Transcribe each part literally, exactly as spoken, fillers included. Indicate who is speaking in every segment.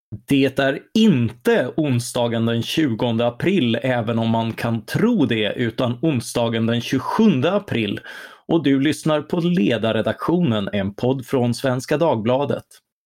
Speaker 1: Det är inte onsdagen den tjugonde april, även om man kan tro det, utan onsdagen den tjugosjunde april. Och du lyssnar på Ledarredaktionen, en podd från Svenska Dagbladet.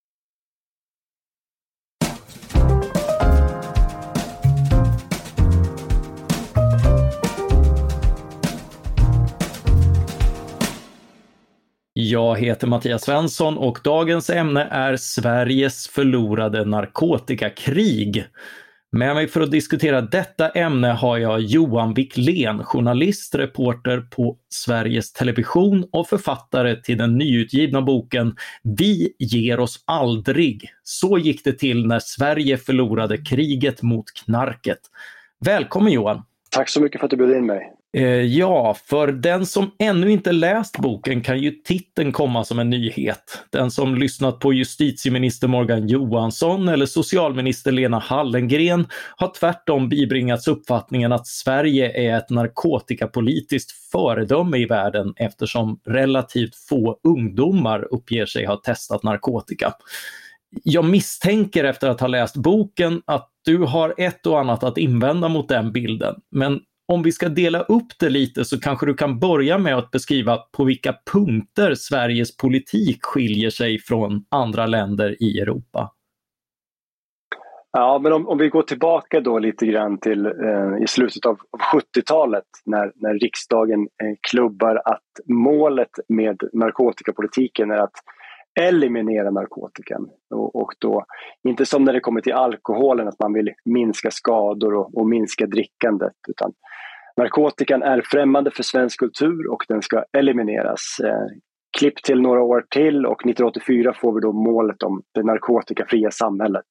Speaker 1: Jag heter Mattias Svensson och dagens ämne är Sveriges förlorade narkotikakrig. Med mig för att diskutera detta ämne har jag Johan Wiklén, journalist, reporter på Sveriges Television och författare till den nyutgivna boken Vi ger oss aldrig. Så gick det till när Sverige förlorade kriget mot knarket. Välkommen Johan!
Speaker 2: Tack så mycket för att du bjöd in mig.
Speaker 1: Eh, ja, för den som ännu inte läst boken kan ju titeln komma som en nyhet. Den som lyssnat på justitieminister Morgan Johansson eller socialminister Lena Hallengren har tvärtom bibringats uppfattningen att Sverige är ett narkotikapolitiskt föredöme i världen eftersom relativt få ungdomar uppger sig ha testat narkotika. Jag misstänker efter att ha läst boken att du har ett och annat att invända mot den bilden, men om vi ska dela upp det lite så kanske du kan börja med att beskriva på vilka punkter Sveriges politik skiljer sig från andra länder i Europa.
Speaker 2: Ja, men om, om vi går tillbaka då lite grann till eh, i slutet av sjuttiotalet när, när riksdagen eh, klubbar att målet med narkotikapolitiken är att eliminera narkotikan. Och, och då, inte som när det kommer till alkoholen att man vill minska skador och, och minska drickandet, utan narkotikan är främmande för svensk kultur och den ska elimineras. Eh, klipp till några år till och nittonhundraåttiofyra får vi då målet om det narkotikafria samhället.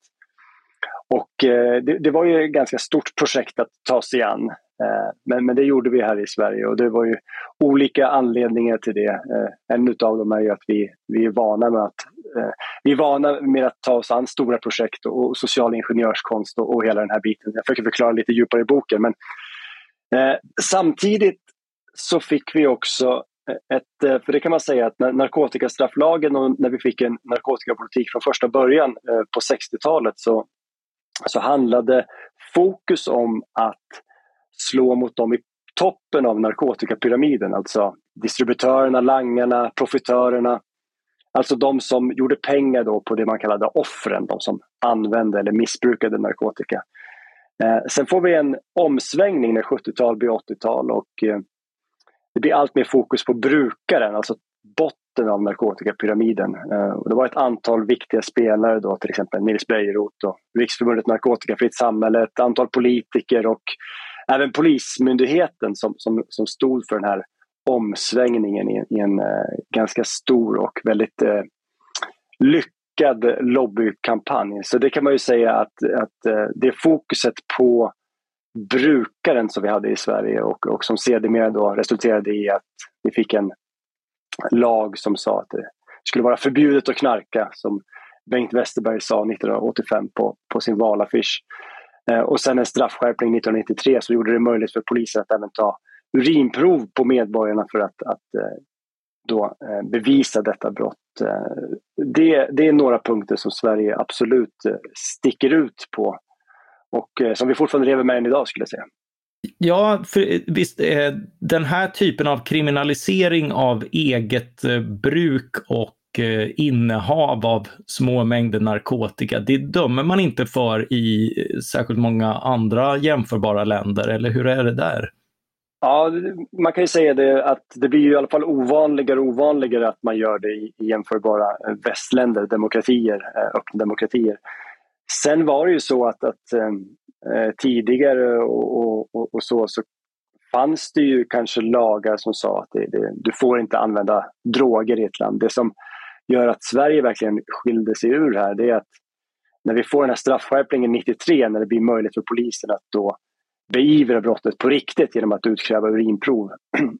Speaker 2: Och eh, det, det var ju ett ganska stort projekt att ta sig an. Eh, men, men det gjorde vi här i Sverige och det var ju olika anledningar till det. Eh, en av dem är ju att vi, vi är vana med att eh, vi är vana med att ta oss an stora projekt och, och social ingenjörskonst och, och hela den här biten. Jag försöker förklara lite djupare i boken, men Eh, samtidigt så fick vi också ett, för det kan man säga att när narkotikastrafflagen och när vi fick en narkotikapolitik från första början eh, på sextiotalet så, så handlade fokus om att slå mot dem i toppen av narkotikapyramiden, alltså distributörerna, langarna, profitörerna, alltså de som gjorde pengar då på det man kallade offren, de som använde eller missbrukade narkotika. Eh, sen får vi en omsvängning när sjuttiotal blir åttiotal och eh, det blir allt mer fokus på brukaren, alltså botten av narkotikapyramiden. Eh, och det var ett antal viktiga spelare då, till exempel Nils Bejerot och Riksförbundet Narkotikafritt samhälle, ett antal politiker och även polismyndigheten som, som, som stod för den här omsvängningen i, i en eh, ganska stor och väldigt eh, lyckad lobbykampanj. Så det kan man ju säga att, att det fokuset på brukaren som vi hade i Sverige och, och som sedermera då resulterade i att vi fick en lag som sa att det skulle vara förbjudet att knarka, som Bengt Westerberg sa nittonhundraåttiofem på, på sin valaffisch. Eh, och sen en straffskärpning nittonhundranittiotre så gjorde det möjligt för polisen att även ta urinprov på medborgarna för att, att eh, då eh, bevisa detta brott. Eh, det, det är några punkter som Sverige absolut eh, sticker ut på och eh, som vi fortfarande lever med än idag, skulle jag säga.
Speaker 1: Ja, för visst, eh, den här typen av kriminalisering av eget eh, bruk och eh, innehav av små mängder narkotika, det dömer man inte för i särskilt många andra jämförbara länder, eller hur är det där?
Speaker 2: Ja, man kan ju säga det att det blir ju i alla fall ovanligare och ovanligare att man gör det i jämförbara västländer, demokratier, öppna demokratier. Sen var det ju så att, att eh, tidigare och, och, och så, så fanns det ju kanske lagar som sa att det, det, du får inte använda droger i ett land. Det som gör att Sverige verkligen skilde sig ur här, det är att när vi får den här straffskärpningen nittiotre, när det blir möjligt för polisen att då beivra brottet på riktigt genom att utkräva urinprov,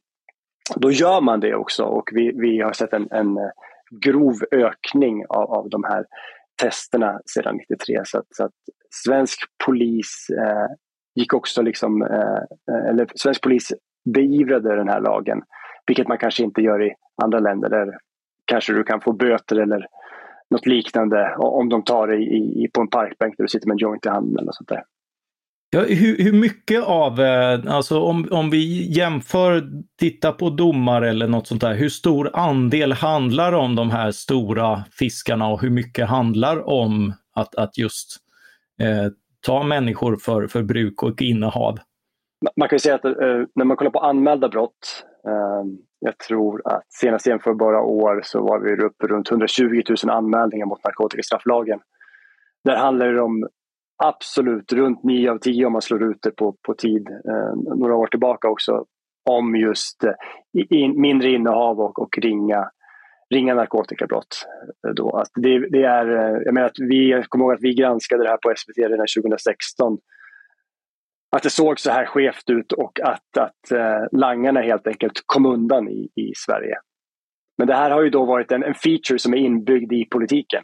Speaker 2: då gör man det också. Och vi, vi har sett en, en grov ökning av, av de här testerna sedan nittiotre. Så att, så att svensk polis eh, gick också liksom, eh, eller svensk polis beivrade den här lagen, vilket man kanske inte gör i andra länder där kanske du kan få böter eller något liknande om de tar det i, i, på en parkbänk där du sitter med en joint i handen eller sånt där.
Speaker 1: Ja, hur, hur mycket av, alltså om, om vi jämför, titta på domar eller något sånt där, hur stor andel handlar om de här stora fiskarna och hur mycket handlar om att, att just eh, ta människor för, för bruk och innehav?
Speaker 2: Man kan ju säga att eh, när man kollar på anmälda brott, eh, jag tror att senast jämförbara år så var vi uppe runt hundratjugo tusen anmälningar mot narkotikastrafflagen. Där handlar det om absolut runt nio av tio om man slår ut det på, på tid, eh, några år tillbaka också, om just eh, in, mindre innehav och, och ringa, ringa narkotikabrott. Eh, då. Att det, det är, eh, jag menar att vi, jag kommer ihåg att vi granskade det här på S V T redan tjugohundrasexton. Att det såg så här skevt ut och att, att eh, langarna helt enkelt kom undan i, i Sverige. Men det här har ju då varit en, en feature som är inbyggd i politiken.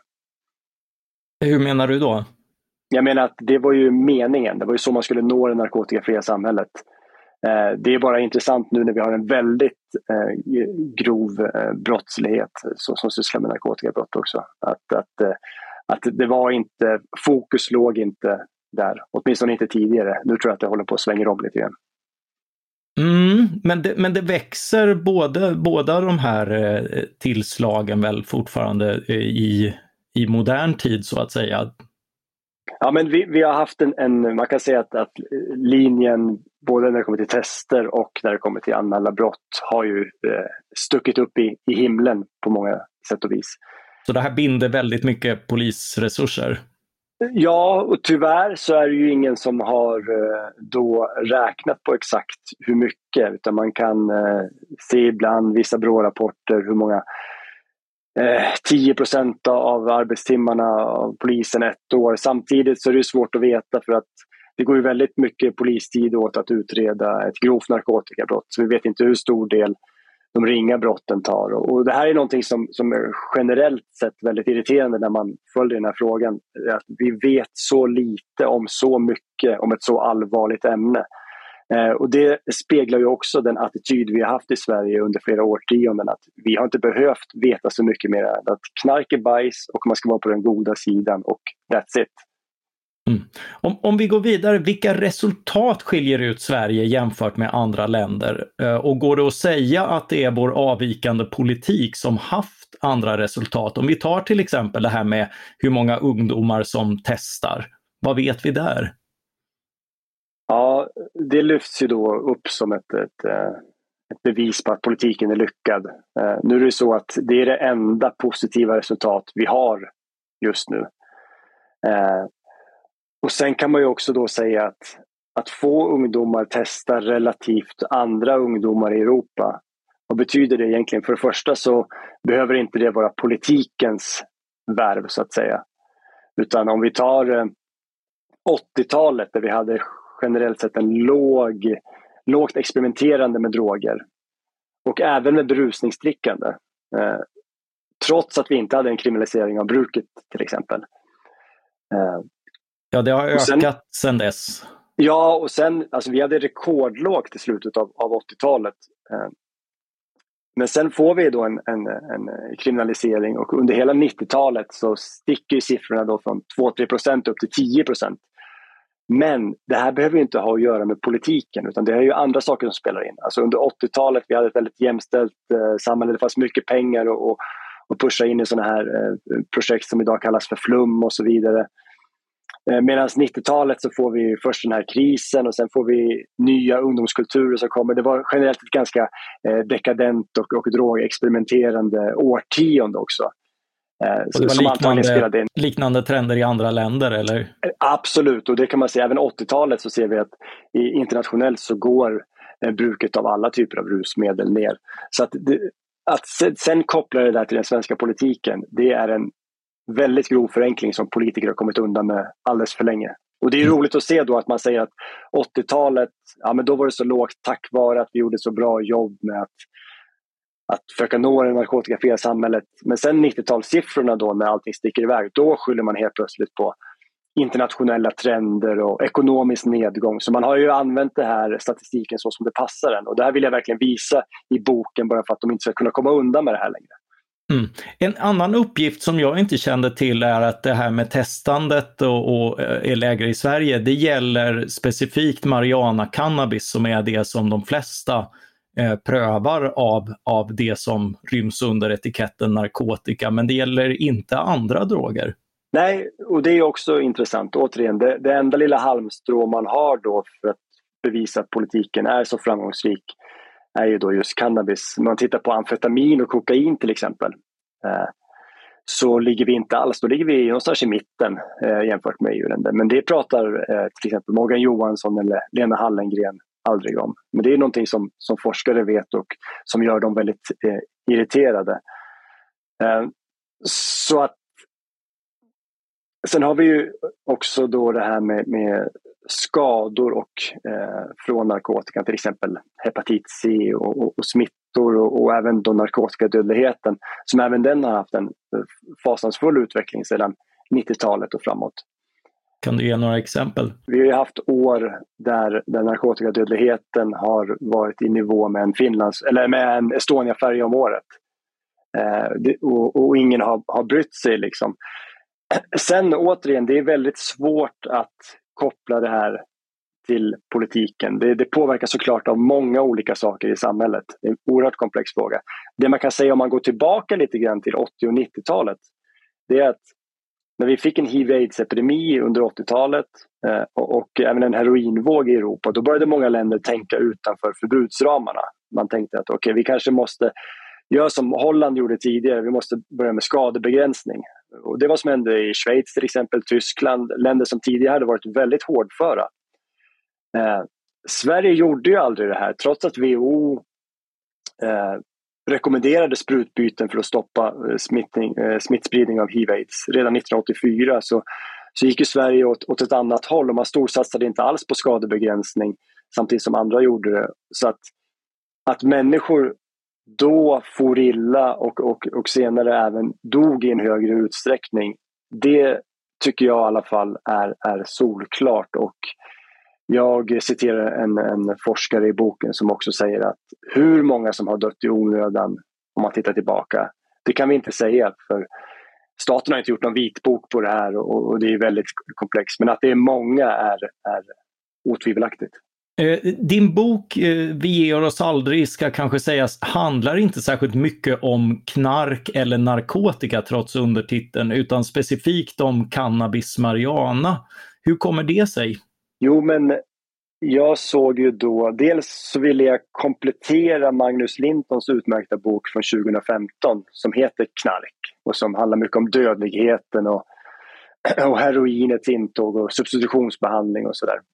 Speaker 1: Hur menar du då?
Speaker 2: Jag menar att det var ju meningen. Det var ju så man skulle nå det narkotikafria samhället. Eh, det är bara intressant nu när vi har en väldigt eh, grov eh, brottslighet så, som sysslar med narkotikabrott också. Att, att, eh, att det var inte, fokus låg inte där. Åtminstone inte tidigare. Nu tror jag att det håller på att svänga om lite grann.
Speaker 1: Mm, men, det, men det växer både, båda de här eh, tillslagen väl fortfarande eh, i, i modern tid så att säga.
Speaker 2: Ja, men vi, vi har haft en, en, man kan säga att, att linjen både när det kommer till tester och när det kommer till anmälda brott har ju eh, stuckit upp i, i himlen på många sätt och vis.
Speaker 1: Så det här binder väldigt mycket polisresurser?
Speaker 2: Ja, och tyvärr så är det ju ingen som har eh, då räknat på exakt hur mycket, utan man kan eh, se ibland vissa Brå-rapporter hur många tio procent av arbetstimmarna av polisen ett år. Samtidigt så är det svårt att veta för att det går ju väldigt mycket polistid åt att utreda ett grovt narkotikabrott. Så vi vet inte hur stor del de ringa brotten tar. Och det här är någonting som, som är generellt sett väldigt irriterande när man följer den här frågan. Att vi vet så lite om så mycket, om ett så allvarligt ämne. Eh, och det speglar ju också den attityd vi har haft i Sverige under flera årtionden, att vi har inte behövt veta så mycket mer än att knark är bajs och man ska vara på den goda sidan och that's it.
Speaker 1: Mm. Om, om vi går vidare, vilka resultat skiljer ut Sverige jämfört med andra länder? Eh, och går det att säga att det är vår avvikande politik som haft andra resultat? Om vi tar till exempel det här med hur många ungdomar som testar, vad vet vi där?
Speaker 2: Ja, det lyfts ju då upp som ett, ett, ett bevis på att politiken är lyckad. Nu är det så att det är det enda positiva resultat vi har just nu. Och sen kan man ju också då säga att, att få ungdomar testar relativt andra ungdomar i Europa. Vad betyder det egentligen? För det första så behöver inte det vara politikens värv så att säga. Utan om vi tar åttiotalet där vi hade generellt sett en låg, lågt experimenterande med droger och även med berusningsdrickande. Eh, trots att vi inte hade en kriminalisering av bruket till exempel. Eh,
Speaker 1: ja, det har ökat
Speaker 2: sen,
Speaker 1: sedan dess.
Speaker 2: Ja, och sen, alltså vi hade rekordlågt i slutet av, av åttiotalet. Eh, men sen får vi då en, en, en kriminalisering och under hela nittiotalet så sticker siffrorna då från två till tre procent upp till tio procent. Men det här behöver ju inte ha att göra med politiken utan det är ju andra saker som spelar in. Alltså under åttiotalet vi hade ett väldigt jämställt eh, samhälle, det fanns mycket pengar och, och, och pusha in i sådana här eh, projekt som idag kallas för flum och så vidare. Eh, Medan nittiotalet så får vi först den här krisen och sen får vi nya ungdomskulturer som kommer. Det var generellt ett ganska eh, dekadent och, och drogexperimenterande årtionde också.
Speaker 1: Så det var liknande, liknande trender i andra länder, eller?
Speaker 2: Absolut, och det kan man säga. Även åttiotalet så ser vi att i, internationellt så går eh, bruket av alla typer av rusmedel ner. Så att, det, att sen, sen koppla det där till den svenska politiken, det är en väldigt grov förenkling som politiker har kommit undan med alldeles för länge. Och det är roligt att se då att man säger att åttiotalet, ja men då var det så lågt tack vare att vi gjorde så bra jobb med att att försöka nå det narkotikafria samhället. Men sen nittiotalssiffrorna då när allting sticker iväg, då skyller man helt plötsligt på internationella trender och ekonomisk nedgång. Så man har ju använt det här statistiken så som det passar en. Och det här vill jag verkligen visa i boken bara för att de inte ska kunna komma undan med det här längre.
Speaker 1: Mm. En annan uppgift som jag inte kände till är att det här med testandet och, och är lägre i Sverige, det gäller specifikt marijuana cannabis som är det som de flesta eh, prövar av, av det som ryms under etiketten narkotika, men det gäller inte andra droger.
Speaker 2: Nej, och det är också intressant. Återigen, det, det enda lilla halmstrå man har då för att bevisa att politiken är så framgångsrik är ju då just cannabis. Om man tittar på amfetamin och kokain till exempel, eh, så ligger vi inte alls, då ligger vi någonstans i mitten eh, jämfört med E U-länder. Men det pratar eh, till exempel Morgan Johansson eller Lena Hallengren aldrig om. Men det är någonting som, som forskare vet och som gör dem väldigt eh, irriterade. Eh, så att Sen har vi ju också då det här med, med skador och, eh, från narkotikan, till exempel hepatit C och, och, och smittor och, och även då narkotikadödligheten, som även den har haft en fasansfull utveckling sedan nittiotalet och framåt.
Speaker 1: Kan du ge några exempel?
Speaker 2: Vi har ju haft år där, där narkotikadödligheten har varit i nivå med en Finlands eller med en Estonia-färja om året. Eh, det, och, och ingen har, har brytt sig liksom. Sen återigen, det är väldigt svårt att koppla det här till politiken. Det, det påverkar såklart av många olika saker i samhället. Det är en oerhört komplex fråga. Det man kan säga om man går tillbaka lite grann till åttio- och nittiotalet, det är att när vi fick en hiv aids-epidemi under åttiotalet eh, och, och även en heroinvåg i Europa, då började många länder tänka utanför förbudsramarna. Man tänkte att okej, okay, vi kanske måste göra som Holland gjorde tidigare, vi måste börja med skadebegränsning. Och det var som hände i Schweiz till exempel, Tyskland, länder som tidigare hade varit väldigt hårdföra. Eh, Sverige gjorde ju aldrig det här, trots att W H O eh, rekommenderade sprutbyten för att stoppa eh, smittning, eh, smittspridning av hiv aids. Redan nittonhundraåttiofyra så, så gick ju Sverige åt, åt ett annat håll och man storsatsade inte alls på skadebegränsning samtidigt som andra gjorde det. Så att, att människor då for illa och, och, och senare även dog i en högre utsträckning, det tycker jag i alla fall är, är solklart. Och jag citerar en, en forskare i boken som också säger att hur många som har dött i onödan om man tittar tillbaka, det kan vi inte säga, för staten har inte gjort någon vitbok på det här och, och det är väldigt komplext, men att det är många är, är otvivelaktigt.
Speaker 1: Din bok Vi ger oss aldrig ska kanske sägas handlar inte särskilt mycket om knark eller narkotika trots undertiteln, utan specifikt om cannabis marijuana. Hur kommer det sig?
Speaker 2: Jo, men jag såg ju då, dels så ville jag komplettera Magnus Lintons utmärkta bok från tjugohundrafemton som heter Knark och som handlar mycket om dödligheten och, och heroinets intåg och substitutionsbehandling och sådär.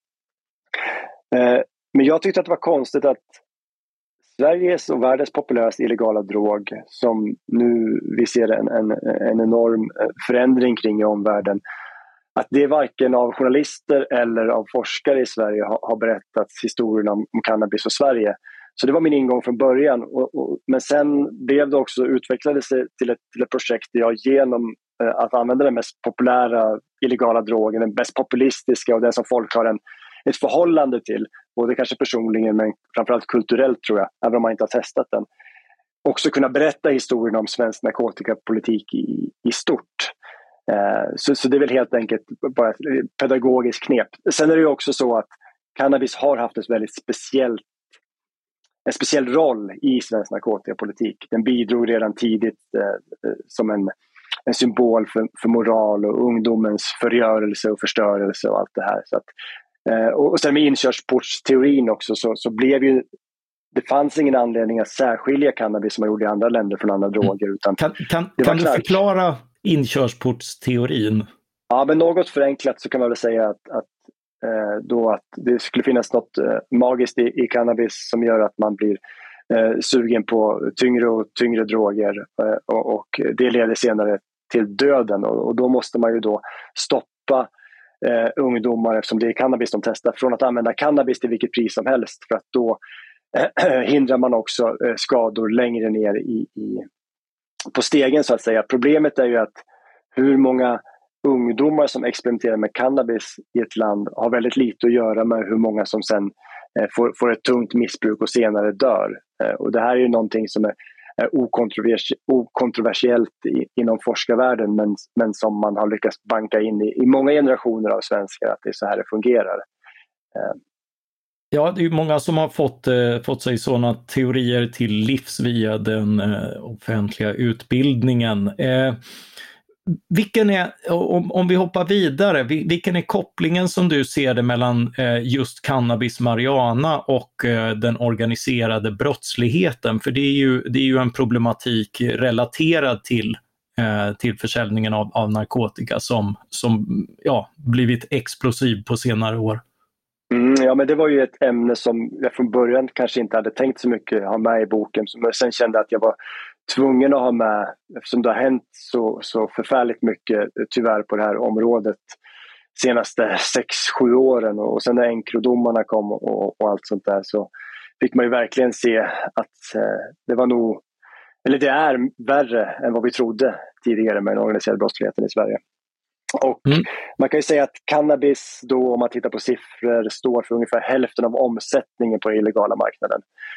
Speaker 2: Men jag tyckte att det var konstigt att Sveriges och världens populäraste illegala drog, som nu vi ser en, en, en enorm förändring kring i omvärlden, att det varken av journalister eller av forskare i Sverige har, har berättats historien om, om cannabis och Sverige. Så det var min ingång från början. Och, och, men sen blev det också, utvecklade sig till ett, till ett projekt där jag genom eh, att använda den mest populära illegala drogen, den mest populistiska och den som folk har en ett förhållande till, både kanske personligen men framförallt kulturellt tror jag, även om man inte har testat den. Också kunna berätta historien om svensk narkotikapolitik i, i stort. Eh, så, så det är väl helt enkelt bara ett pedagogiskt knep. Sen är det ju också så att cannabis har haft ett väldigt speciellt, en speciell roll i svensk narkotikapolitik. Den bidrog redan tidigt eh, som en, en symbol för, för moral och ungdomens förgörelse och förstörelse och allt det här. Så att och sen med inkörsportsteorin också så, så blev ju, det fanns ingen anledning att särskilja cannabis som man gjorde i andra länder från andra droger. Utan
Speaker 1: kan kan, kan du förklara inkörsportsteorin?
Speaker 2: Ja, men något förenklat så kan man väl säga att, att, eh, då att det skulle finnas något eh, magiskt i, i cannabis som gör att man blir eh, sugen på tyngre och tyngre droger eh, och, och det leder senare till döden och, och då måste man ju då stoppa Uh, ungdomar, eftersom det är cannabis de testar, från att använda cannabis till vilket pris som helst, för att då uh, hindrar man också uh, skador längre ner i, i, på stegen så att säga. Problemet är ju att hur många ungdomar som experimenterar med cannabis i ett land har väldigt lite att göra med hur många som sen uh, får, får ett tungt missbruk och senare dör. Uh, och det här är ju någonting som är är okontrovers- okontroversiellt i, inom forskarvärlden, men, men som man har lyckats banka in i, i många generationer av svenskar att det är så här det fungerar. Eh.
Speaker 1: Ja, det är ju många som har fått, eh, fått sig sådana teorier till livs via den eh, offentliga utbildningen. Eh, vilken är, om, om vi hoppar vidare, vilken är kopplingen som du ser det mellan eh, just cannabis marijuana och eh, den organiserade brottsligheten? För det är ju, det är ju en problematik relaterad till, eh, till försäljningen av, av narkotika som, som ja, blivit explosiv på senare år.
Speaker 2: Mm, ja, men det var ju ett ämne som jag från början kanske inte hade tänkt så mycket ha med i boken, men sen kände att jag var tvungen att ha med, eftersom det har hänt så, så förfärligt mycket tyvärr på det här området senaste sex sju åren, och sen när Encrodomarna kom och, och allt sånt där, så fick man ju verkligen se att eh, det var nog, eller det är värre än vad vi trodde tidigare med den organiserade brottsligheten i Sverige. Och mm. man kan ju säga att cannabis då, om man tittar på siffror, står för ungefär hälften av omsättningen på den illegala marknaden.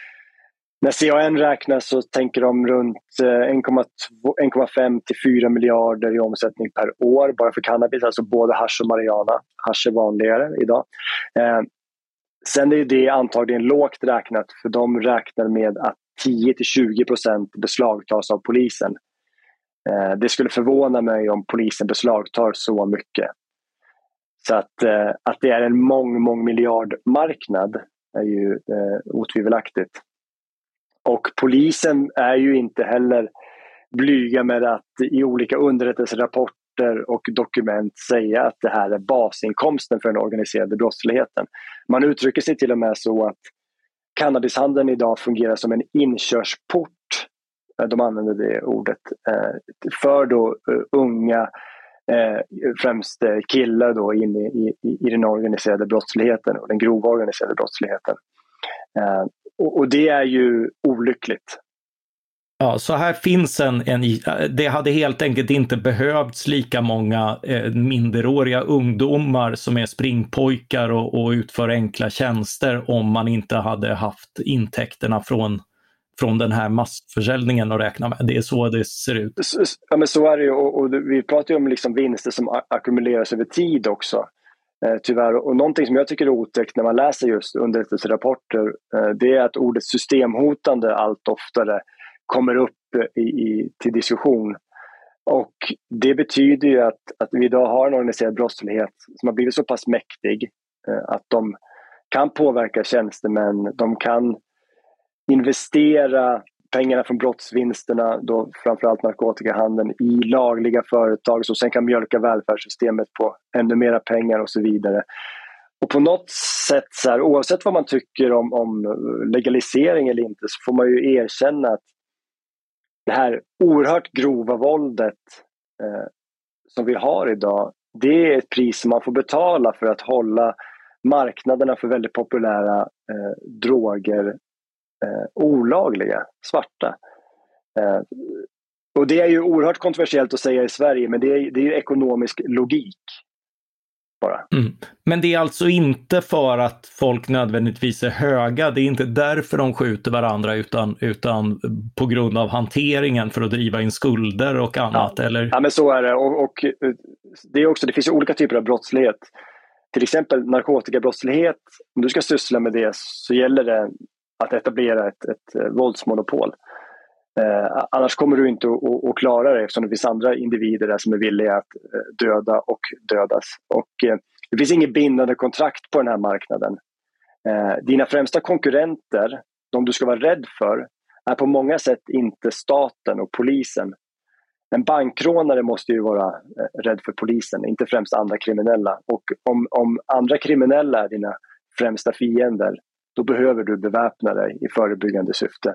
Speaker 2: När C A N räknar så tänker de runt en komma fem till fyra miljarder i omsättning per år bara för cannabis, alltså både hasch och marijuana. Hasch är vanligare idag. Eh, sen är det antagligen lågt räknat, för de räknar med att tio till tjugo procent beslagtas av polisen. Eh, det skulle förvåna mig om polisen beslagtar så mycket. Så att, eh, att det är en mång, mång miljardmarknad är ju eh, otvivelaktigt. Och polisen är ju inte heller blyga med att i olika underrättelserapporter och dokument säga att det här är basinkomsten för den organiserade brottsligheten. Man uttrycker sig till och med så att cannabishandeln idag fungerar som en inkörsport, de använder det ordet, för då unga, främst killar då, in i, i, i den organiserade brottsligheten och den grova organiserade brottsligheten. Och, och det är ju olyckligt.
Speaker 1: Ja, så här finns en, en, det hade helt enkelt inte behövts lika många eh, minderåriga ungdomar som är springpojkar och, och utför enkla tjänster om man inte hade haft intäkterna från, från den här massförsäljningen att räkna med. Det är så det ser ut.
Speaker 2: Ja, men så är det ju, och, och vi pratar ju om liksom vinster som ackumuleras över tid också. Eh, tyvärr. Och någonting som jag tycker är otäckt när man läser just underrättelserapporter, eh, det är att ordet systemhotande allt oftare kommer upp i, i, till diskussion. Och det betyder ju att, att vi idag har en organiserad brottslighet som har blivit så pass mäktig eh, att de kan påverka tjänstemän, de kan investera pengarna från brottsvinsterna, då framförallt narkotikahandeln, i lagliga företag som sen kan mjölka välfärdssystemet på ännu mera pengar och så vidare. Och på något sätt, så här, oavsett vad man tycker om, om legalisering eller inte, så får man ju erkänna att det här oerhört grova våldet eh, som vi har idag, det är ett pris som man får betala för att hålla marknaderna för väldigt populära eh, droger eh, olagliga, svarta. Eh, och det är ju oerhört kontroversiellt att säga i Sverige, men det är, det är ju ekonomisk logik. Bara.
Speaker 1: Mm. Men det är alltså inte för att folk nödvändigtvis är höga, det är inte därför de skjuter varandra, utan, utan på grund av hanteringen för att driva in skulder och annat,
Speaker 2: ja.
Speaker 1: eller?
Speaker 2: Ja, men så är det. Och, och det är också, det finns ju olika typer av brottslighet. Till exempel narkotikabrottslighet, om du ska syssla med det så gäller det att etablera ett, ett våldsmonopol. Eh, annars kommer du inte att, att klara det, eftersom det finns andra individer där som är villiga att döda och dödas. Och eh, det finns inget bindande kontrakt på den här marknaden. Eh, dina främsta konkurrenter, de du ska vara rädd för, är på många sätt inte staten och polisen. En bankrånare måste ju vara eh, rädd för polisen, inte främst andra kriminella. Och om, om andra kriminella är dina främsta fiender, då behöver du beväpna dig i förebyggande syfte.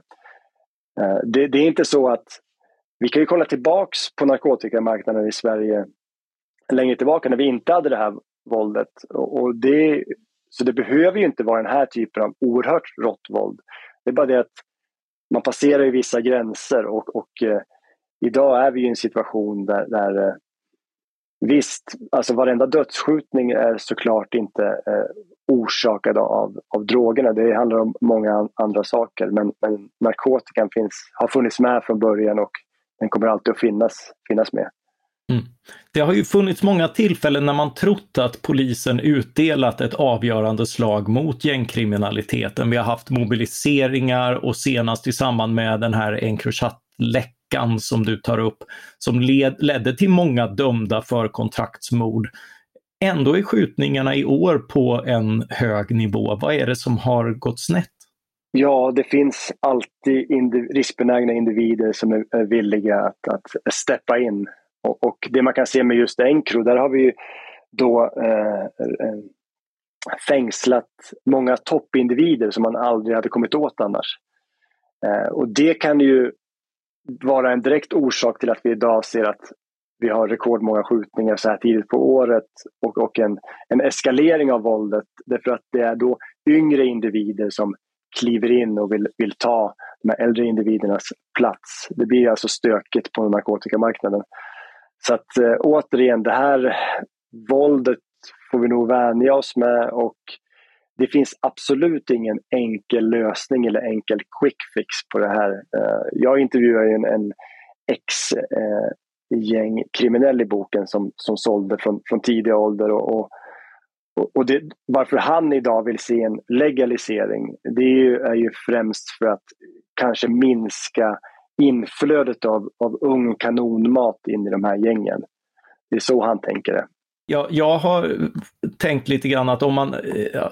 Speaker 2: Det, det är inte så att vi kan ju kolla tillbaks på narkotikamarknaden i Sverige längre tillbaka när vi inte hade det här våldet. Och, och det, så det behöver ju inte vara den här typen av oerhört rått våld. Det är bara det att man passerar ju vissa gränser och, och eh, idag är vi i en situation där, där eh, visst, alltså varenda dödsskjutning är såklart inte eh, orsakad av, av drogerna. Det handlar om många andra saker. Men, men narkotikan finns, har funnits med från början och den kommer alltid att finnas, finnas med.
Speaker 1: Mm. Det har ju funnits många tillfällen när man trott att polisen utdelat ett avgörande slag mot gängkriminaliteten. Vi har haft mobiliseringar och senast i samband med den här Encrochat-läckan som du tar upp, som led, ledde till många dömda för kontraktsmord. Ändå är skjutningarna i år på en hög nivå. Vad är det som har gått snett?
Speaker 2: Ja, det finns alltid indiv- riskbenägna individer som är, är villiga att, att steppa in. Och, och det man kan se med just Encro, där har vi ju då eh, eh, fängslat många toppindivider som man aldrig hade kommit åt annars. Eh, och det kan ju vara en direkt orsak till att vi idag ser att vi har rekordmånga skjutningar så här tidigt på året och, och en, en eskalering av våldet. Därför att det är då yngre individer som kliver in och vill, vill ta de här äldre individernas plats. Det blir alltså stökigt på narkotikamarknaden. Så att äh, återigen, det här våldet får vi nog vänja oss med och det finns absolut ingen enkel lösning eller enkel quick fix på det här. Äh, jag intervjuar en, en ex-gängkriminell äh, i boken som, som sålde från, från tidiga ålder och, och, och det, varför han idag vill se en legalisering, det är ju, är ju främst för att kanske minska inflödet av, av ung kanonmat in i de här gängen. Det är så han tänker det.
Speaker 1: Ja, jag har tänkt lite grann att om man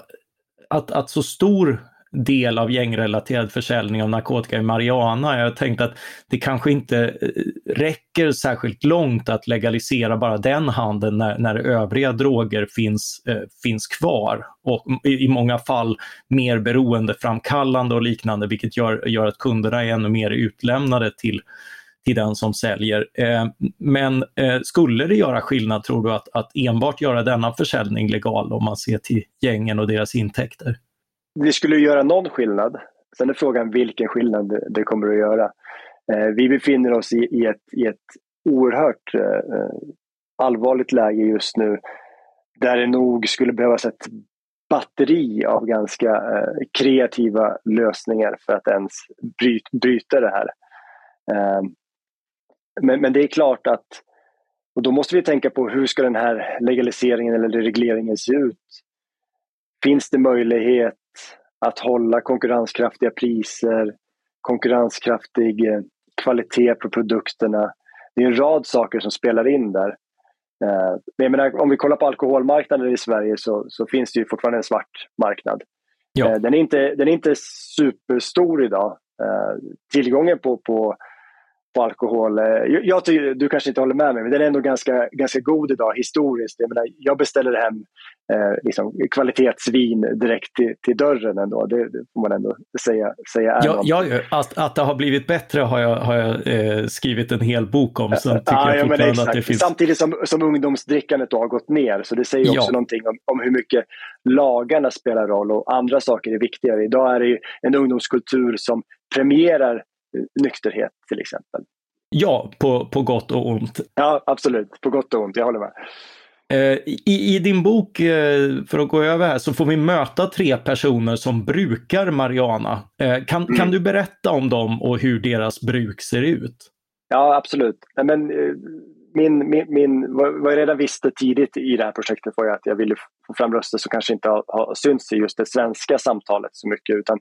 Speaker 1: att, att så stor del av gängrelaterad försäljning av narkotika i marijuana, jag har tänkt att det kanske inte räcker särskilt långt att legalisera bara den handeln när, när övriga droger finns, eh, finns kvar och i, i många fall mer beroendeframkallande och liknande, vilket gör, gör att kunderna är ännu mer utlämnade till till den som säljer. Eh, men eh, skulle det göra skillnad, tror du, att, att enbart göra denna försäljning legal om man ser till gängen och deras intäkter?
Speaker 2: Det skulle göra någon skillnad. Sen är frågan vilken skillnad det, det kommer att göra. Eh, vi befinner oss i, i, ett, i ett oerhört eh, allvarligt läge just nu där det nog skulle behövas ett batteri av ganska eh, kreativa lösningar för att ens bryt, bryta det här. Eh, Men, men det är klart att, och då måste vi tänka på hur ska den här legaliseringen eller regleringen se ut? Finns det möjlighet att hålla konkurrenskraftiga priser, konkurrenskraftig kvalitet på produkterna? Det är en rad saker som spelar in där. Men jag menar, om vi kollar på alkoholmarknaden i Sverige så, så finns det ju fortfarande en svart marknad. Ja. Den är inte, den är inte superstor idag. Tillgången på, på på alkohol. Jag, jag tycker, du kanske inte håller med mig, men den är ändå ganska, ganska god idag historiskt. Jag menar, jag beställer hem eh, liksom, kvalitetsvin direkt till, till dörren ändå. Det, det får man ändå säga. säga
Speaker 1: ja, ja, att, att det har blivit bättre har jag, har jag eh, skrivit en hel bok om. Så tycker
Speaker 2: ja,
Speaker 1: jag
Speaker 2: ja, men
Speaker 1: att det finns...
Speaker 2: Samtidigt som, som ungdomsdrickandet då har gått ner. Så det säger också ja. någonting om, om hur mycket lagarna spelar roll och andra saker är viktigare. Idag är det ju en ungdomskultur som premierar nykterhet till exempel.
Speaker 1: Ja, på, på gott och ont.
Speaker 2: Ja, absolut. På gott och ont, jag håller med.
Speaker 1: I, I din bok, för att gå över här, så får vi möta tre personer som brukar marijuana. Kan, mm. kan du berätta om dem och hur deras bruk ser ut?
Speaker 2: Ja, absolut. Men min, min, min, vad jag redan visste tidigt i det här projektet var att jag ville få fram röster som kanske inte har, har synts i just det svenska samtalet så mycket, utan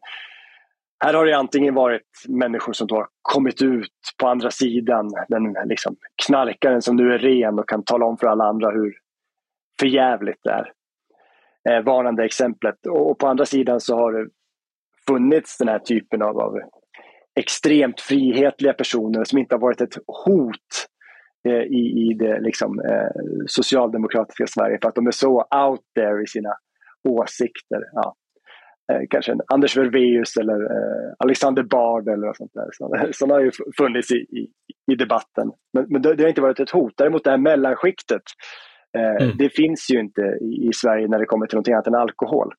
Speaker 2: här har det antingen varit människor som då har kommit ut på andra sidan, den liksom knarkaren som nu är ren och kan tala om för alla andra hur förjävligt det är. Eh, varnande exemplet. Och på andra sidan så har det funnits den här typen av, av extremt frihetliga personer som inte har varit ett hot eh, i, i det liksom, eh, socialdemokratiska Sverige för att de är så out there i sina åsikter. Ja. Kanske en Anders Werveus eller eh, Alexander Bard eller något sånt där. Så, som har ju funnits i, i, i debatten. Men, men det, det har inte varit ett hot. Däremot det här mellanskiktet, eh, mm. det finns ju inte i, i Sverige när det kommer till någonting annat än alkohol.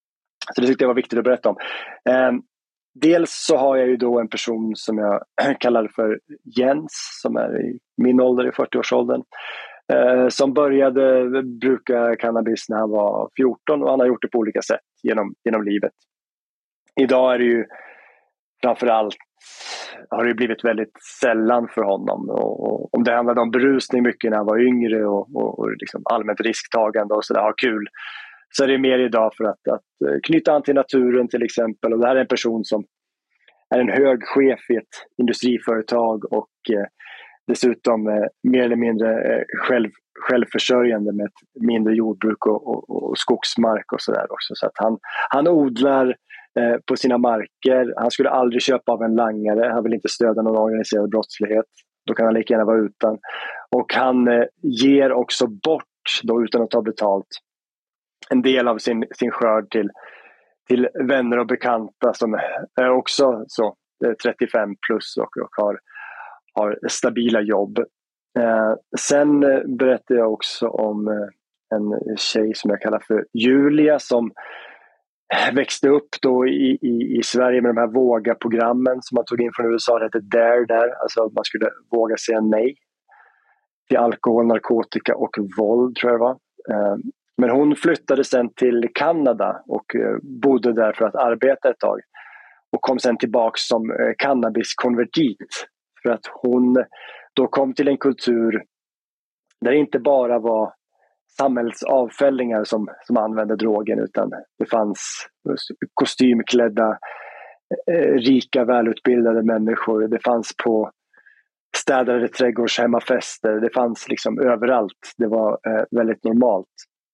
Speaker 2: Så det tyckte jag var viktigt att berätta om. Eh, dels så har jag ju då en person som jag kallar för Jens, som är i min ålder, i fyrtioårsåldern. eh, som började bruka cannabis när han var fjorton och han har gjort det på olika sätt genom, genom livet. Idag är det ju framförallt har det blivit väldigt sällan för honom. Och, och, om det handlade om berusning mycket när han var yngre och, och, och liksom allmänt risktagande och sådär, ha kul. Så är det mer idag för att, att knyta an till naturen till exempel. Och det här är en person som är en hög chef i ett industriföretag och eh, dessutom eh, mer eller mindre eh, själv, självförsörjande med ett mindre jordbruk och, och, och skogsmark och sådär också. Så att han, han odlar eh, på sina marker. Han skulle aldrig köpa av en langare. Han vill inte stödja någon organiserad brottslighet. Då kan han lika gärna vara utan. Och han eh, ger också bort, då, utan att ta betalt, en del av sin, sin skörd till, till vänner och bekanta som är också så, trettiofem plus och, och har, har stabila jobb. Eh, sen berättade jag också om eh, en tjej som jag kallar för Julia som växte upp då i, i, i Sverige med de här våga-programmen som man tog in från U S A. Det hette Dare där, alltså man skulle våga säga nej till alkohol, narkotika och våld, tror jag det var. Eh, Men hon flyttade sen till Kanada och bodde där för att arbeta ett tag. Och kom sen tillbaka som cannabiskonvertit. För att hon då kom till en kultur där det inte bara var samhällsavfällingar som, som använde drogen. Utan det fanns kostymklädda, rika, välutbildade människor. Det fanns på städade trädgårdshemmafester. Det fanns liksom överallt. Det var väldigt normalt.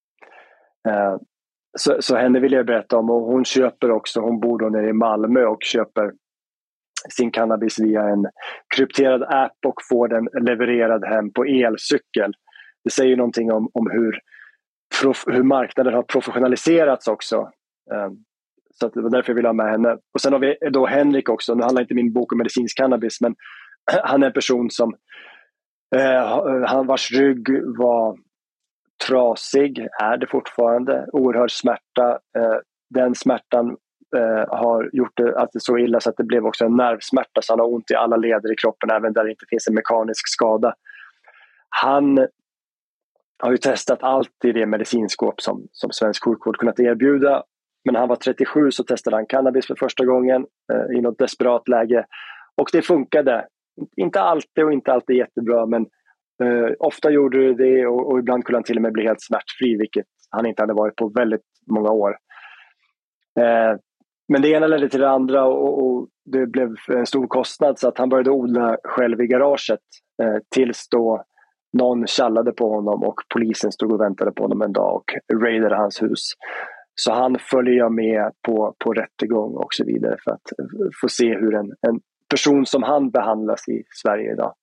Speaker 2: Uh, så, så henne vill jag berätta om, och hon köper också, hon bor då nere i Malmö och köper sin cannabis via en krypterad app och får den levererad hem på elcykel. Det säger någonting om, om hur, prof, hur marknaden har professionaliserats också. Uh, så att det var därför jag ville ha med henne. Och sen har vi då Henrik också, nu handlar inte min bok om medicinsk cannabis, men han är en person som uh, han vars rygg var trasig, är det fortfarande, oerhörd smärta. Den smärtan har gjort det, att det så illa så att det blev också en nervsmärta, så han har ont i alla leder i kroppen även där det inte finns en mekanisk skada. Han har ju testat allt i det medicinskåp som, som svensk sjukvård kunnat erbjuda, men när han var trettiosju så testade han cannabis för första gången i något desperat läge och det funkade. Inte alltid och inte alltid jättebra, men Uh, ofta gjorde det och, och ibland kunde han till och med bli helt smärtfri, vilket han inte hade varit på väldigt många år. Uh, men det ena ledde till det andra och, och det blev en stor kostnad, så att han började odla själv i garaget uh, tills då någon tjallade på honom och polisen stod och väntade på honom en dag och raidade hans hus. Så han följer med på, på rättegång och så vidare för att uh, få se hur en, en person som han behandlas i Sverige idag.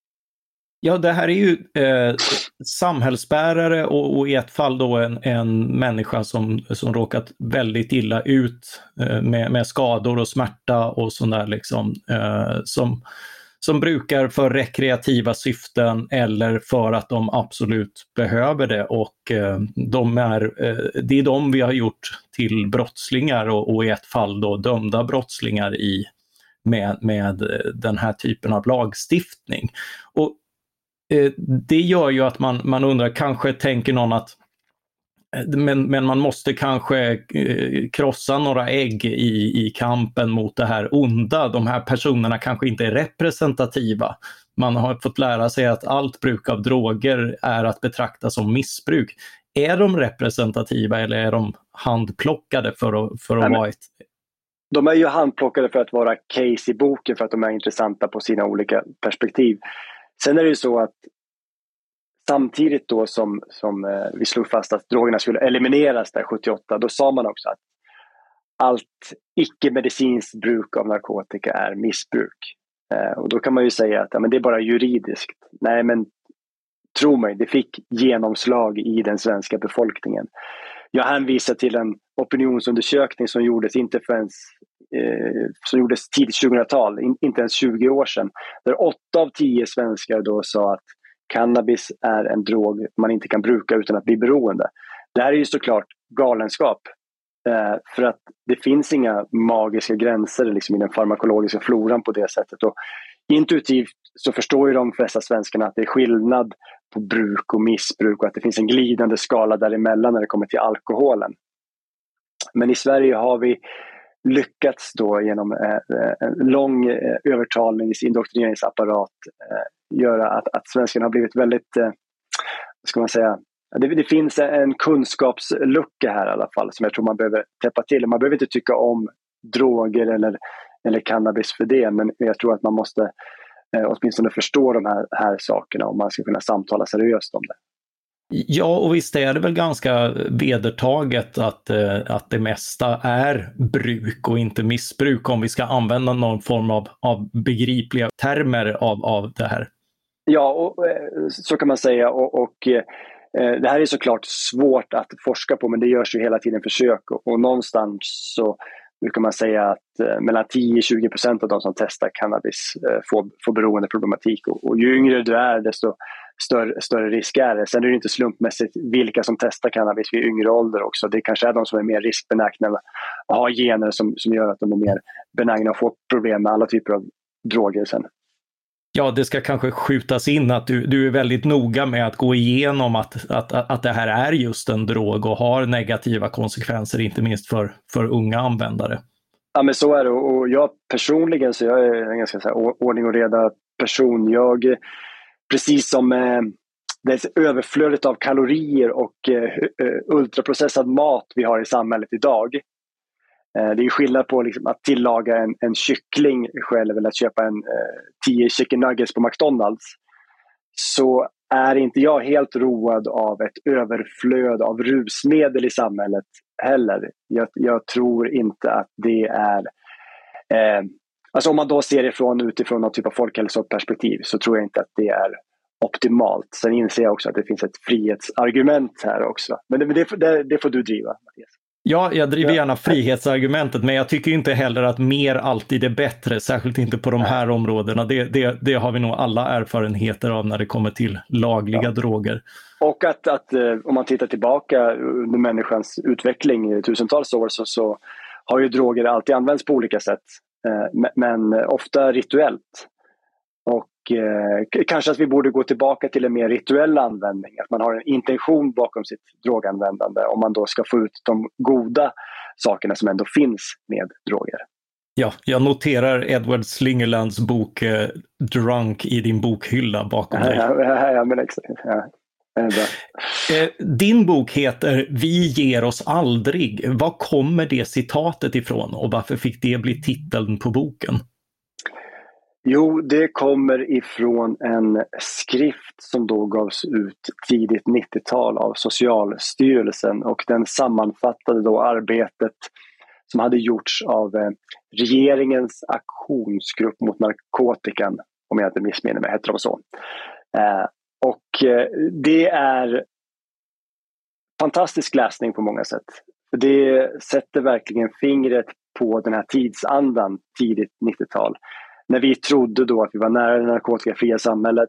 Speaker 1: Ja, det här är ju eh, samhällsbärare och, och i ett fall då en, en människa som, som råkat väldigt illa ut eh, med, med skador och smärta och sådär liksom, eh, som, som brukar för rekreativa syften eller för att de absolut behöver det, och eh, de är, eh, det är de vi har gjort till brottslingar och, och i ett fall då dömda brottslingar i, med, med den här typen av lagstiftning. Och det gör ju att man, man undrar, kanske tänker någon att men, men man måste kanske krossa några ägg i, i kampen mot det här onda. De här personerna kanske inte är representativa. Man har fått lära sig att allt bruk av droger är att betrakta som missbruk. Är de representativa eller är de handplockade för att, för att vara ett...
Speaker 2: De är ju handplockade för att vara case i boken, för att de är intressanta på sina olika perspektiv. Sen är det ju så att samtidigt då som, som eh, vi slog fast att drogerna skulle elimineras där sjuttioåtta, då sa man också att allt icke-medicinskt bruk av narkotika är missbruk. Eh, och då kan man ju säga att ja, men det är bara juridiskt. Nej, men tro mig, det fick genomslag i den svenska befolkningen. Jag hänvisar till en opinionsundersökning som gjordes inte förrän eh, som gjordes tidigt tjugohundratal, in, inte ens tjugo år sedan, där åtta av tio svenskar då sa att cannabis är en drog man inte kan bruka utan att bli beroende. Det här är ju såklart galenskap, eh, för att det finns inga magiska gränser liksom i den farmakologiska floran på det sättet. Och intuitivt så förstår ju de flesta svenskarna att det är skillnad på bruk och missbruk och att det finns en glidande skala däremellan när det kommer till alkoholen. Men i Sverige har vi lyckats då genom eh, en lång eh, övertalnings- indoktrineringsapparat eh, göra att, att svenskarna har blivit väldigt, eh, vad ska man säga, det, det finns en kunskapslucka här i alla fall som jag tror man behöver täppa till. Man behöver inte tycka om droger eller, eller cannabis för det, men jag tror att man måste eh, åtminstone förstå de här, här sakerna om man ska kunna samtala seriöst om det.
Speaker 1: Ja, och visst är det väl ganska vedertaget att, eh, att det mesta är bruk och inte missbruk, om vi ska använda någon form av, av begripliga termer av, av det här.
Speaker 2: Ja, och, eh, så kan man säga. Och, och eh, det här är såklart svårt att forska på, men det görs ju hela tiden försök. Och, och någonstans så brukar man säga att eh, mellan tio till tjugo procent av de som testar cannabis eh, får, får beroendeproblematik. Och, och ju yngre du är, desto Större, större risk är det. Sen är det inte slumpmässigt vilka som testar cannabis vid yngre ålder också. Det kanske är de som är mer riskbenägna och har gener som, som gör att de är mer benägna att få problem med alla typer av droger sen.
Speaker 1: Ja, det ska kanske skjutas in att du, du är väldigt noga med att gå igenom att, att, att det här är just en drog och har negativa konsekvenser, inte minst för, för unga användare.
Speaker 2: Ja, men så är det. Och jag personligen, så jag är en ganska så här, ordning och reda person. Jag Precis som eh, det överflödet av kalorier och eh, ultraprocessad mat vi har i samhället idag. Eh, det är skillnad på liksom, att tillaga en, en kyckling själv eller att köpa en eh, tio chicken nuggets på McDonalds. Så är inte jag helt road av ett överflöd av rusmedel i samhället heller. Jag, jag tror inte att det är... Eh, Alltså om man då ser ifrån utifrån någon typ av folkhälsoperspektiv så tror jag inte att det är optimalt. Sen inser jag också att det finns ett frihetsargument här också. Men det, det, det, det får du driva, Mattias.
Speaker 1: Ja, jag driver gärna frihetsargumentet, men jag tycker inte heller att mer alltid är bättre, särskilt inte på de här områdena. Det, det, det har vi nog alla erfarenheter av när det kommer till lagliga ja. droger. Och
Speaker 2: att, att om man tittar tillbaka under människans utveckling i tusentals år så, så har ju droger alltid använts på olika sätt. Men ofta rituellt. Och eh, kanske att vi borde gå tillbaka till en mer rituell användning. Att man har en intention bakom sitt droganvändande om man då ska få ut de goda sakerna som ändå finns med droger.
Speaker 1: Ja, jag noterar Edward Slingerlands bok eh, Drunk i din bokhylla bakom dig.
Speaker 2: Ja, ja, ja men exakt. Ja.
Speaker 1: Din bok heter Vi ger oss aldrig. Var kommer det citatet ifrån och varför fick det bli titeln på boken?
Speaker 2: Jo, det kommer ifrån en skrift som då gavs ut tidigt nittiotal av Socialstyrelsen och den sammanfattade då arbetet som hade gjorts av regeringens aktionsgrupp mot narkotikan, om jag inte missminner mig, heter de så. Och det är fantastisk läsning på många sätt. Det sätter verkligen fingret på den här tidsandan tidigt nittiotal. När vi trodde då att vi var nära det narkotikafria samhället.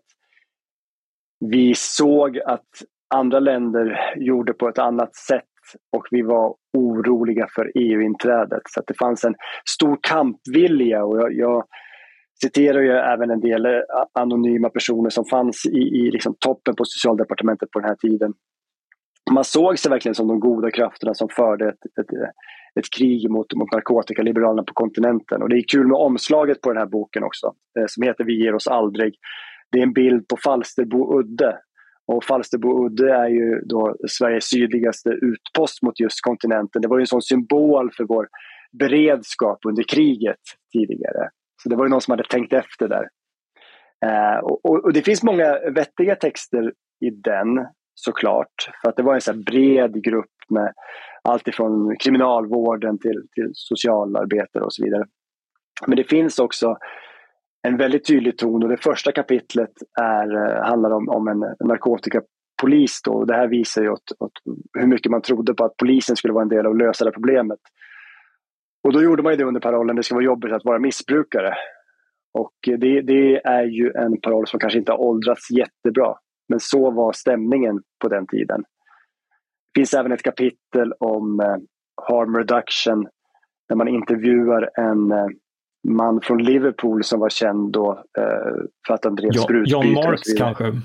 Speaker 2: Vi såg att andra länder gjorde på ett annat sätt och vi var oroliga för E U-inträdet. Så att det fanns en stor kampvilja och jag, jag citerar ju även en del anonyma personer som fanns i, i liksom toppen på socialdepartementet på den här tiden. Man såg sig verkligen som de goda krafterna som förde ett, ett, ett krig mot, mot narkotikaliberalerna på kontinenten. Och det är kul med omslaget på den här boken också, eh, som heter Vi ger oss aldrig. Det är en bild på Falsterbo udde. Och Falsterbo udde är ju då Sveriges sydligaste utpost mot just kontinenten. Det var ju en sån symbol för vår beredskap under kriget tidigare. Så det var ju någon som hade tänkt efter där. Eh, och, och, och det finns många vettiga texter i den, såklart. För att det var en så här bred grupp med allt ifrån kriminalvården till, till socialarbetare och så vidare. Men det finns också en väldigt tydlig ton och det första kapitlet är, handlar om, om en narkotikapolis. Då. Och det här visar ju åt, åt hur mycket man trodde på att polisen skulle vara en del av att lösa det problemet. Och då gjorde man ju det under parollen det ska vara jobbigt att vara missbrukare. Och det, det är ju en paroll som kanske inte har åldrats jättebra. Men så var stämningen på den tiden. Det finns även ett kapitel om eh, harm reduction. När man intervjuar en eh, man från Liverpool som var känd då eh, för att han drev
Speaker 1: ja,
Speaker 2: sprutbyte.
Speaker 1: John Marks kanske?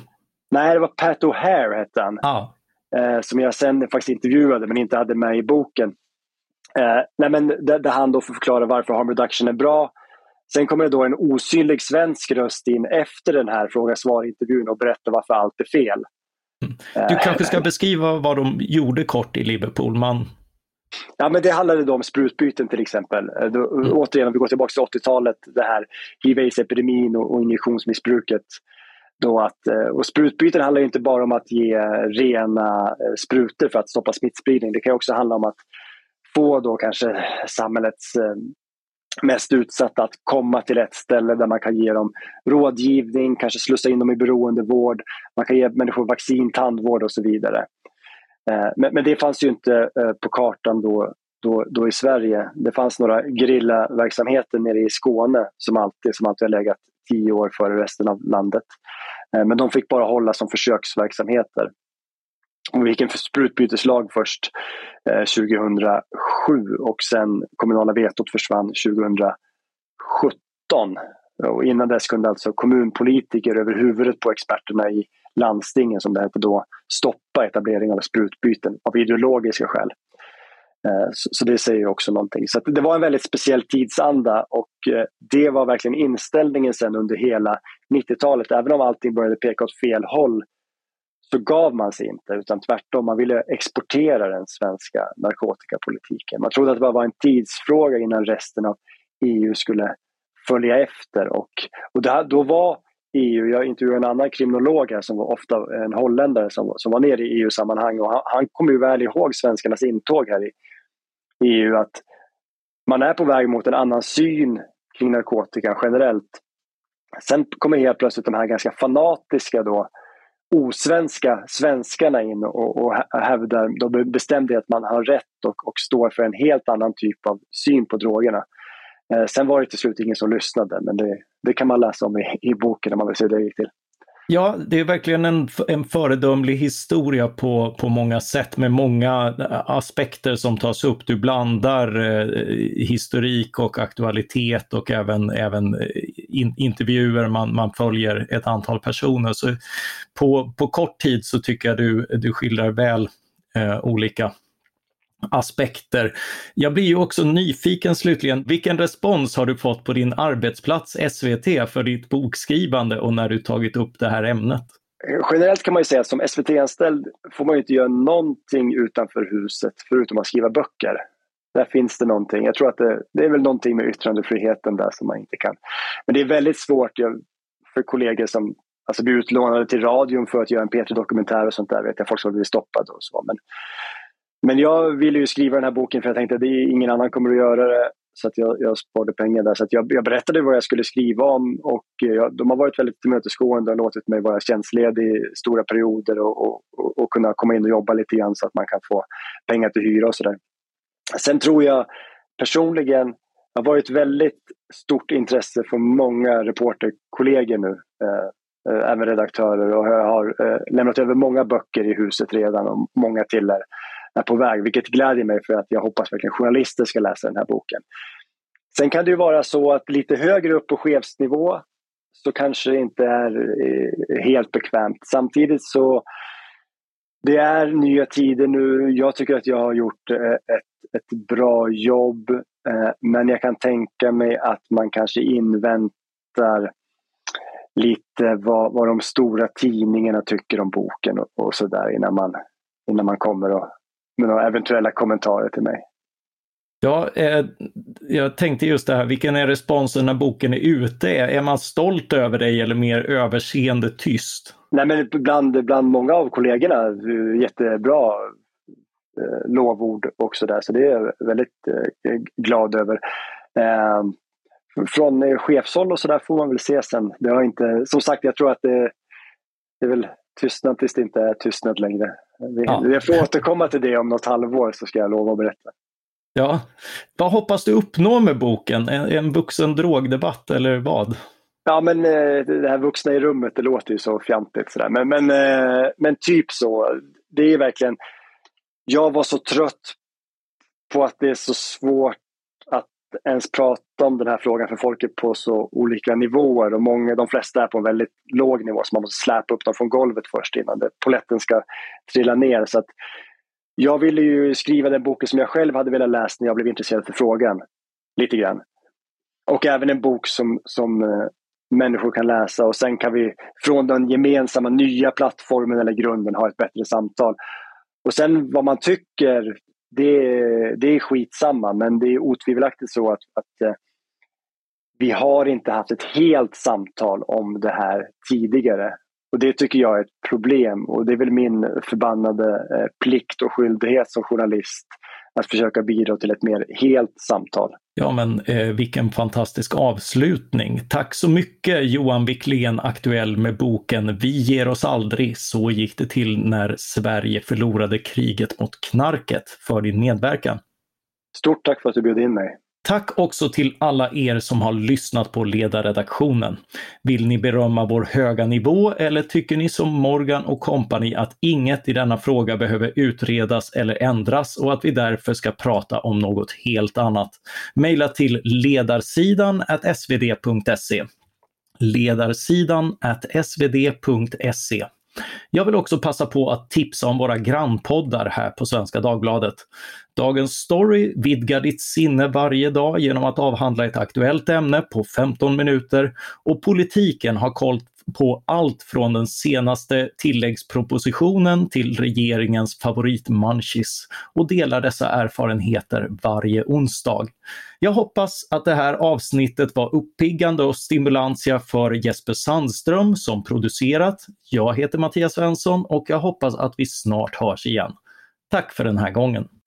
Speaker 2: Nej, det var Pat O'Hare hette han.
Speaker 1: Ah.
Speaker 2: Eh, som jag sen faktiskt intervjuade men inte hade med i boken. Eh, nej, men där, där han då får förklara varför harm reduction är bra. Sen kommer det då en osynlig svensk röst in efter den här fråga-svar-intervjun och berätta varför allt är fel.
Speaker 1: Mm. Du kanske ska beskriva vad de gjorde kort i Liverpool. Man...
Speaker 2: Ja, men det handlade då om sprutbyten till exempel. Då, mm. Återigen, om vi går tillbaka till åttiotalet, det här hiv-aids-epidemin och, och injektionsmissbruket. Då att, och sprutbyten handlar ju inte bara om att ge rena sprutor för att stoppa smittspridning. Det kan också handla om att få då kanske samhällets mest utsatta att komma till ett ställe där man kan ge dem rådgivning, kanske slussa in dem i beroendevård, man kan ge människor vaccin, tandvård och så vidare. Men, men det fanns ju inte på kartan då, då, då i Sverige. Det fanns några gerillaverksamheter nere i Skåne som alltid, som alltid har legat tio år före resten av landet. Men de fick bara hålla som försöksverksamheter. Och vi gick en sprutbyteslag först eh, tjugohundrasju och sen kommunala vetot försvann tjugosjutton. Och innan dess kunde alltså kommunpolitiker över huvudet på experterna i landstingen, som det hette då, stoppa etablering av sprutbyten av ideologiska skäl. Eh, så, så det säger också någonting. Så att det var en väldigt speciell tidsanda och eh, det var verkligen inställningen sen under hela nittiotalet. Även om allting började peka åt fel håll så gav man sig inte, utan tvärtom, man ville exportera den svenska narkotikapolitiken. Man trodde att det bara var en tidsfråga innan resten av E U skulle följa efter. Och, och där, då var E U, jag intervjuade en annan kriminolog här som var ofta en holländare som, som var nere i E U-sammanhang och han, han kom ju väl ihåg svenskarnas intåg här i E U, att man är på väg mot en annan syn kring narkotika generellt. Sen kommer helt plötsligt de här ganska fanatiska då osvenska svenskarna in och, och hävdar, de bestämde att man har rätt och, och står för en helt annan typ av syn på drogerna. Eh, sen var det till slut ingen som lyssnade, men det, det kan man läsa om i, i boken när man vill se det gick till.
Speaker 1: Ja, det är verkligen en, en föredömlig historia på, på många sätt med många aspekter som tas upp. Du blandar eh, historik och aktualitet och även, även in, intervjuer. Man, man följer ett antal personer. Så på, på kort tid så tycker jag du, du skildrar väl eh, olika aspekter. Jag blir ju också nyfiken slutligen. Vilken respons har du fått på din arbetsplats S V T för ditt bokskrivande och när du tagit upp det här ämnet?
Speaker 2: Generellt kan man ju säga att som S V T-anställd får man ju inte göra någonting utanför huset förutom att skriva böcker. Där finns det någonting. Jag tror att det, det är väl någonting med yttrandefriheten där som man inte kan. Men det är väldigt svårt för kollegor som alltså blir utlånade till radion för att göra en P tre-dokumentär och sånt där. Vet jag, folk som blir stoppade och så. Men Men jag ville ju skriva den här boken för jag tänkte att det är ingen annan kommer att göra det. Så att jag, jag sparade pengar där. Så att jag, jag berättade vad jag skulle skriva om. Och jag, de har varit väldigt tillmötesgående och låtit mig vara tjänstledig i stora perioder. Och, och, och, och kunna komma in och jobba lite grann så att man kan få pengar till hyra och sådär. Sen tror jag personligen har varit väldigt stort intresse för många reporterkollegor nu. Eh, även redaktörer. Och jag har eh, lämnat över många böcker i huset redan och många till är är på väg, vilket glädjer mig för att jag hoppas verkligen journalister ska läsa den här boken. Sen kan det ju vara så att lite högre upp på chefsnivå så kanske det inte är helt bekvämt. Samtidigt så det är nya tider nu. Jag tycker att jag har gjort ett, ett bra jobb, men jag kan tänka mig att man kanske inväntar lite vad, vad de stora tidningarna tycker om boken och, och sådär innan man, innan man kommer och med några eventuella kommentarer till mig.
Speaker 1: Ja, eh, jag tänkte just det här, vilken är responsen när boken är ute? Är man stolt över dig eller mer överseende tyst?
Speaker 2: Nej, men bland, bland många av kollegorna jättebra eh, lovord också där, så det är jag väldigt eh, glad över. Eh, från eh, chefshåll och så där får man väl se sen. Det har inte, som sagt, jag tror att det, det är väl tystnad tills det inte är tystnad längre. Vi, ja. Jag får återkomma till det om något halvår så ska jag lova att berätta.
Speaker 1: Ja, vad hoppas du uppnå med boken? En, en vuxen drogdebatt eller vad?
Speaker 2: Ja, men det här vuxna i rummet, det låter ju så fjantigt sådär. Men, men, men typ så, det är verkligen, jag var så trött på att det är så svårt att ens prata om den här frågan för folket på så olika nivåer och många, de flesta är på en väldigt låg nivå så man måste släpa upp dem från golvet först innan det, poletten ska trilla ner. Så att jag ville ju skriva den boken som jag själv hade velat läsa när jag blev intresserad för frågan lite grann. Och även en bok som, som uh, människor kan läsa och sen kan vi från den gemensamma nya plattformen eller grunden ha ett bättre samtal. Och sen vad man tycker, det, det är skitsamma, men det är otvivelaktigt så att, att uh, vi har inte haft ett helt samtal om det här tidigare. Och det tycker jag är ett problem och det är väl min förbannade uh, plikt och skyldighet som journalist att försöka bidra till ett mer helt samtal.
Speaker 1: Ja, men eh, vilken fantastisk avslutning. Tack så mycket Johan Wiklén, aktuell med boken Vi ger oss aldrig. Så gick det till när Sverige förlorade kriget mot knarket, för din medverkan.
Speaker 2: Stort tack för att du bjöd in mig.
Speaker 1: Tack också till alla er som har lyssnat på ledarredaktionen. Vill ni berömma vår höga nivå eller tycker ni som Morgan och kompani att inget i denna fråga behöver utredas eller ändras och att vi därför ska prata om något helt annat? Maila till ledarsidan at svd punkt se. Ledarsidan at svd punkt se. Jag vill också passa på att tipsa om våra grannpoddar här på Svenska Dagbladet. Dagens story vidgar ditt sinne varje dag genom att avhandla ett aktuellt ämne på femton minuter och politiken har koll på allt från den senaste tilläggspropositionen till regeringens favoritmanchis och delar dessa erfarenheter varje onsdag. Jag hoppas att det här avsnittet var uppiggande och stimulantia för Jesper Sandström som producerat. Jag heter Mattias Svensson och jag hoppas att vi snart hörs igen. Tack för den här gången.